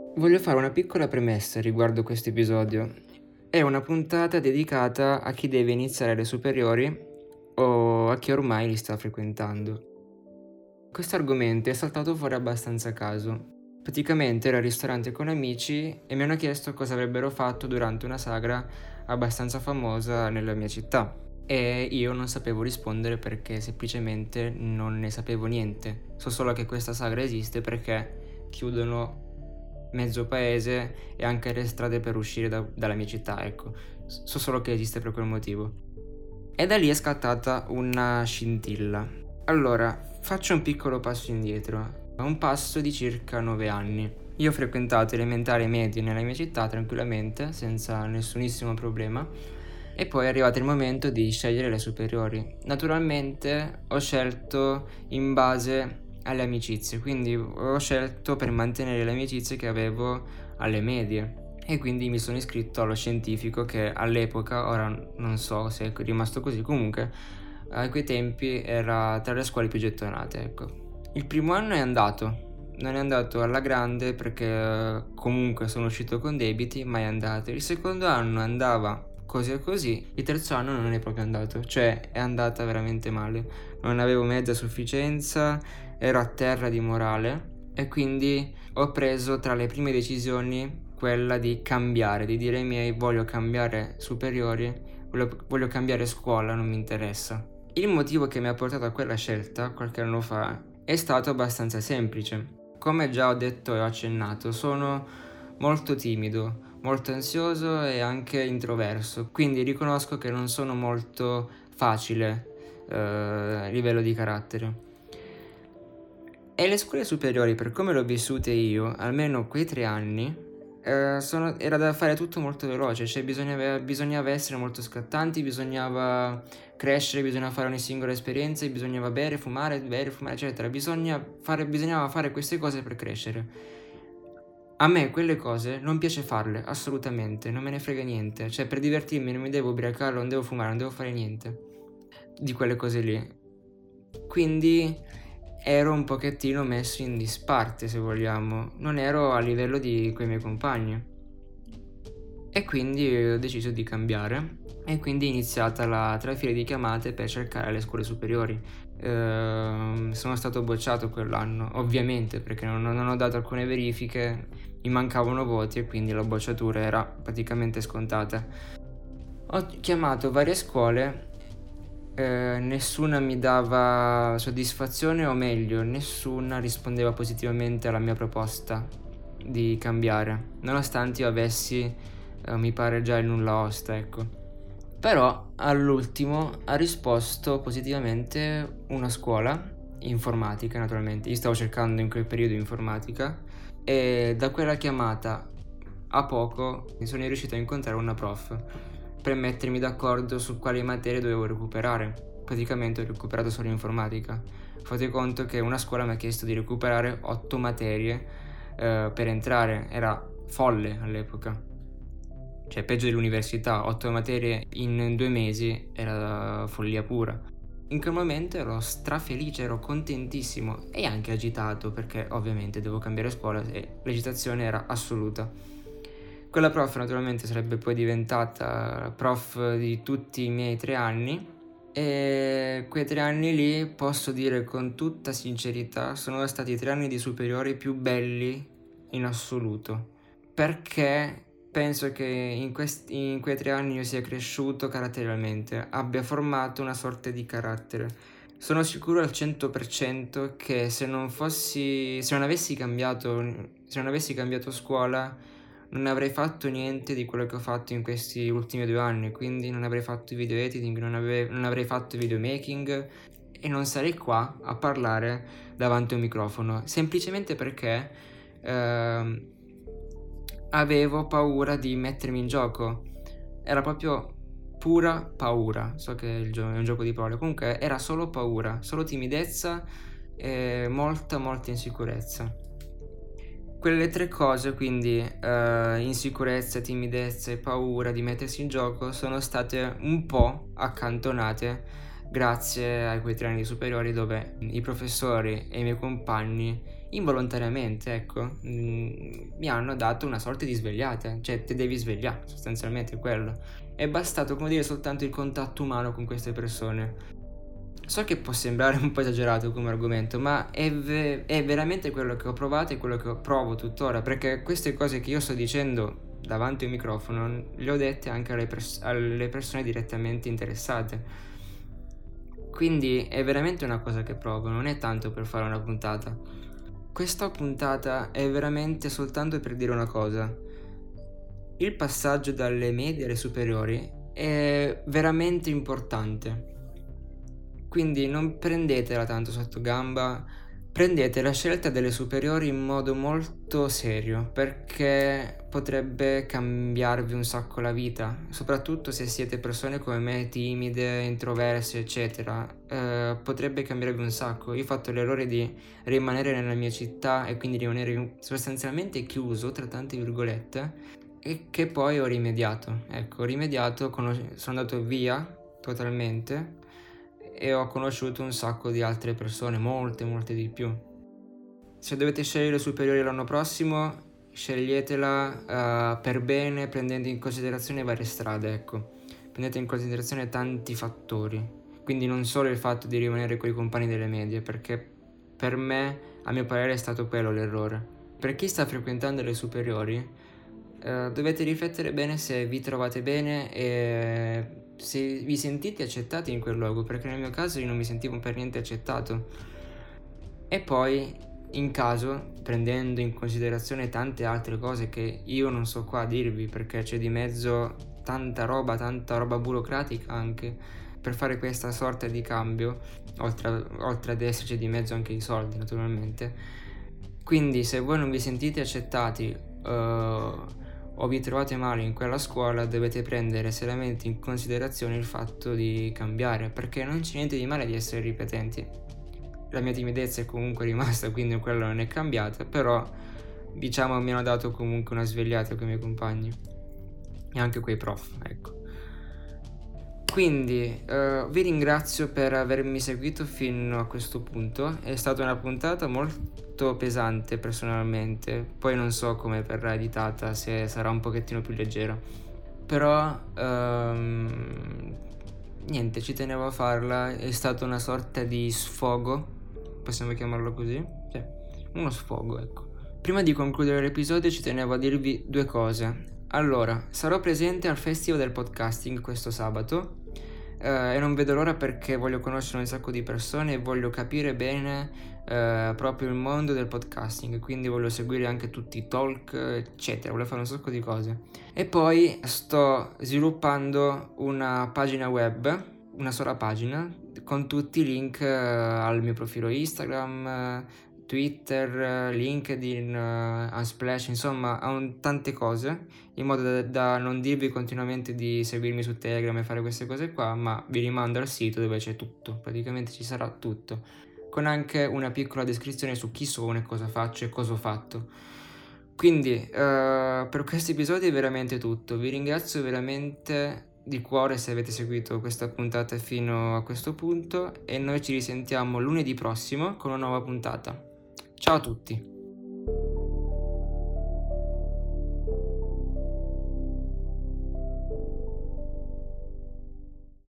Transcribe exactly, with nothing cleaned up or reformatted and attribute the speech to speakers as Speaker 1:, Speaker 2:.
Speaker 1: Voglio fare una piccola premessa riguardo questo episodio. È una puntata dedicata a chi deve iniziare le superiori o a chi ormai li sta frequentando. Questo argomento è saltato fuori abbastanza a caso. Praticamente ero al ristorante con amici e mi hanno chiesto cosa avrebbero fatto durante una sagra abbastanza famosa nella mia città. E io non sapevo rispondere perché semplicemente non ne sapevo niente. So solo che questa sagra esiste perché chiudono mezzo paese e anche le strade per uscire da, dalla mia città, ecco. So solo che esiste per quel motivo. E da lì è scattata una scintilla. Allora, faccio un piccolo passo indietro, un passo di circa nove anni. Io ho frequentato elementari e medie nella mia città tranquillamente, senza nessunissimo problema, e poi è arrivato il momento di scegliere le superiori. Naturalmente ho scelto in base alle amicizie, quindi ho scelto per mantenere le amicizie che avevo alle medie e quindi mi sono iscritto allo scientifico, che all'epoca, ora non so se è rimasto così, comunque a quei tempi era tra le scuole più gettonate, ecco. Il primo anno è andato, non è andato alla grande perché comunque sono uscito con debiti, ma è andato. Il secondo anno andava così e così, il terzo anno non è proprio andato, cioè è andata veramente male, non avevo mezza sufficienza, ero a terra di morale e quindi ho preso tra le prime decisioni quella di cambiare, di dire ai miei voglio cambiare superiori, voglio, voglio cambiare scuola, non mi interessa. Il motivo che mi ha portato a quella scelta qualche anno fa è stato abbastanza semplice. Come già ho detto e ho accennato, sono molto timido, molto ansioso e anche introverso, quindi riconosco che non sono molto facile eh, a livello di carattere. E le scuole superiori, per come le ho vissute io, almeno quei tre anni, eh, sono, era da fare tutto molto veloce, cioè bisognava, bisognava essere molto scattanti, bisognava crescere, bisognava fare ogni singola esperienza, bisognava bere, fumare, bere, fumare, eccetera. Bisogna fare, bisognava fare queste cose per crescere. A me quelle cose non piace farle, assolutamente, non me ne frega niente. Cioè, per divertirmi non mi devo ubriacare, non devo fumare, non devo fare niente di quelle cose lì. Quindi ero un pochettino messo in disparte, se vogliamo. Non ero a livello di quei miei compagni. E quindi ho deciso di cambiare. E quindi è iniziata la trafila di chiamate per cercare le scuole superiori. Ehm, sono stato bocciato quell'anno, ovviamente, perché non, non ho dato alcune verifiche, mi mancavano voti e quindi la bocciatura era praticamente scontata. Ho chiamato varie scuole, eh, nessuna mi dava soddisfazione, o meglio, nessuna rispondeva positivamente alla mia proposta di cambiare, nonostante io avessi, eh, mi pare, già il nulla osta, ecco. Però all'ultimo ha risposto positivamente una scuola, informatica naturalmente, io stavo cercando in quel periodo informatica, e da quella chiamata a poco mi sono riuscito a incontrare una prof per mettermi d'accordo su quali materie dovevo recuperare. Praticamente ho recuperato solo informatica. Fate conto che una scuola mi ha chiesto di recuperare otto materie eh, per entrare, era folle all'epoca. Cioè, peggio dell'università, otto materie in due mesi era follia pura. In quel momento ero strafelice, ero contentissimo e anche agitato perché ovviamente devo cambiare scuola e l'agitazione era assoluta. Quella prof naturalmente sarebbe poi diventata prof di tutti i miei tre anni e quei tre anni lì, posso dire con tutta sincerità, sono stati i tre anni di superiori più belli in assoluto, perché penso che in, questi, in quei tre anni io sia cresciuto caratterialmente, abbia formato una sorta di carattere. Sono sicuro al cento per cento che se non fossi, se non avessi cambiato, se non avessi cambiato scuola, non avrei fatto niente di quello che ho fatto in questi ultimi due anni, quindi non avrei fatto video editing, non, ave- non avrei fatto videomaking e non sarei qua a parlare davanti a un microfono, semplicemente perché ehm, avevo paura di mettermi in gioco. Era proprio pura paura. So che il gio- è un gioco di parole, comunque era solo paura, solo timidezza e molta molta insicurezza. Quelle tre cose, quindi eh, insicurezza, timidezza e paura di mettersi in gioco, sono state un po' accantonate grazie a quei tre anni superiori dove i professori e i miei compagni involontariamente, ecco, mh, mi hanno dato una sorta di svegliata, cioè ti devi svegliare, sostanzialmente è quello. È bastato, come dire, soltanto il contatto umano con queste persone. So che può sembrare un po' esagerato come argomento, ma è, ve- è veramente quello che ho provato e quello che provo tuttora, perché queste cose che io sto dicendo davanti a un microfono le ho dette anche alle, pers- alle persone direttamente interessate. Quindi è veramente una cosa che provo, non è tanto per fare una puntata. Questa puntata è veramente soltanto per dire una cosa. Il passaggio dalle medie alle superiori è veramente importante. Quindi non prendetela tanto sotto gamba, prendete la scelta delle superiori in modo molto serio, perché potrebbe cambiarvi un sacco la vita, soprattutto se siete persone come me, timide, introverse, eccetera. Eh, potrebbe cambiarvi un sacco. Io ho fatto l'errore di rimanere nella mia città e quindi rimanere sostanzialmente chiuso, tra tante virgolette, e che poi ho rimediato. Ecco, ho rimediato, conos- sono andato via totalmente e ho conosciuto un sacco di altre persone, molte, molte di più. Se dovete scegliere superiori l'anno prossimo, sceglietela uh, per bene, prendendo in considerazione varie strade, ecco. Prendete in considerazione tanti fattori, quindi non solo il fatto di rimanere con i compagni delle medie, perché per me, a mio parere, è stato quello l'errore. Per chi sta frequentando le superiori, Uh, dovete riflettere bene se vi trovate bene e se vi sentite accettati in quel luogo, perché nel mio caso io non mi sentivo per niente accettato. E poi, in caso, prendendo in considerazione tante altre cose che io non so qua dirvi, perché c'è di mezzo tanta roba, tanta roba burocratica anche per fare questa sorta di cambio, oltre, oltre ad esserci di mezzo anche i soldi naturalmente. Quindi se voi non vi sentite accettati uh, o vi trovate male in quella scuola, dovete prendere seriamente in considerazione il fatto di cambiare, perché non c'è niente di male di essere ripetenti. La mia timidezza è comunque rimasta, quindi quello non è cambiata, però diciamo mi hanno dato comunque una svegliata con i miei compagni e anche quei prof, ecco. Quindi uh, vi ringrazio per avermi seguito fino a questo punto. È stata una puntata molto pesante personalmente, poi non so come verrà editata, se sarà un pochettino più leggera, però um, niente, ci tenevo a farla. È stata una sorta di sfogo, possiamo chiamarlo così? Sì, uno sfogo, ecco. Prima di concludere l'episodio ci tenevo a dirvi due cose. Allora, sarò presente al Festival del Podcasting questo sabato eh, e non vedo l'ora perché voglio conoscere un sacco di persone e voglio capire bene eh, proprio il mondo del podcasting, quindi voglio seguire anche tutti i talk, eccetera, voglio fare un sacco di cose. E poi sto sviluppando una pagina web, una sola pagina, con tutti i link eh, al mio profilo Instagram, eh, Twitter, LinkedIn, uh, Unsplash, insomma, ha un, tante cose, in modo da, da non dirvi continuamente di seguirmi su Telegram e fare queste cose qua, ma vi rimando al sito dove c'è tutto, praticamente ci sarà tutto, con anche una piccola descrizione su chi sono e cosa faccio e cosa ho fatto. Quindi, uh, per questo episodio è veramente tutto, vi ringrazio veramente di cuore se avete seguito questa puntata fino a questo punto e noi ci risentiamo lunedì prossimo con una nuova puntata. Ciao a tutti!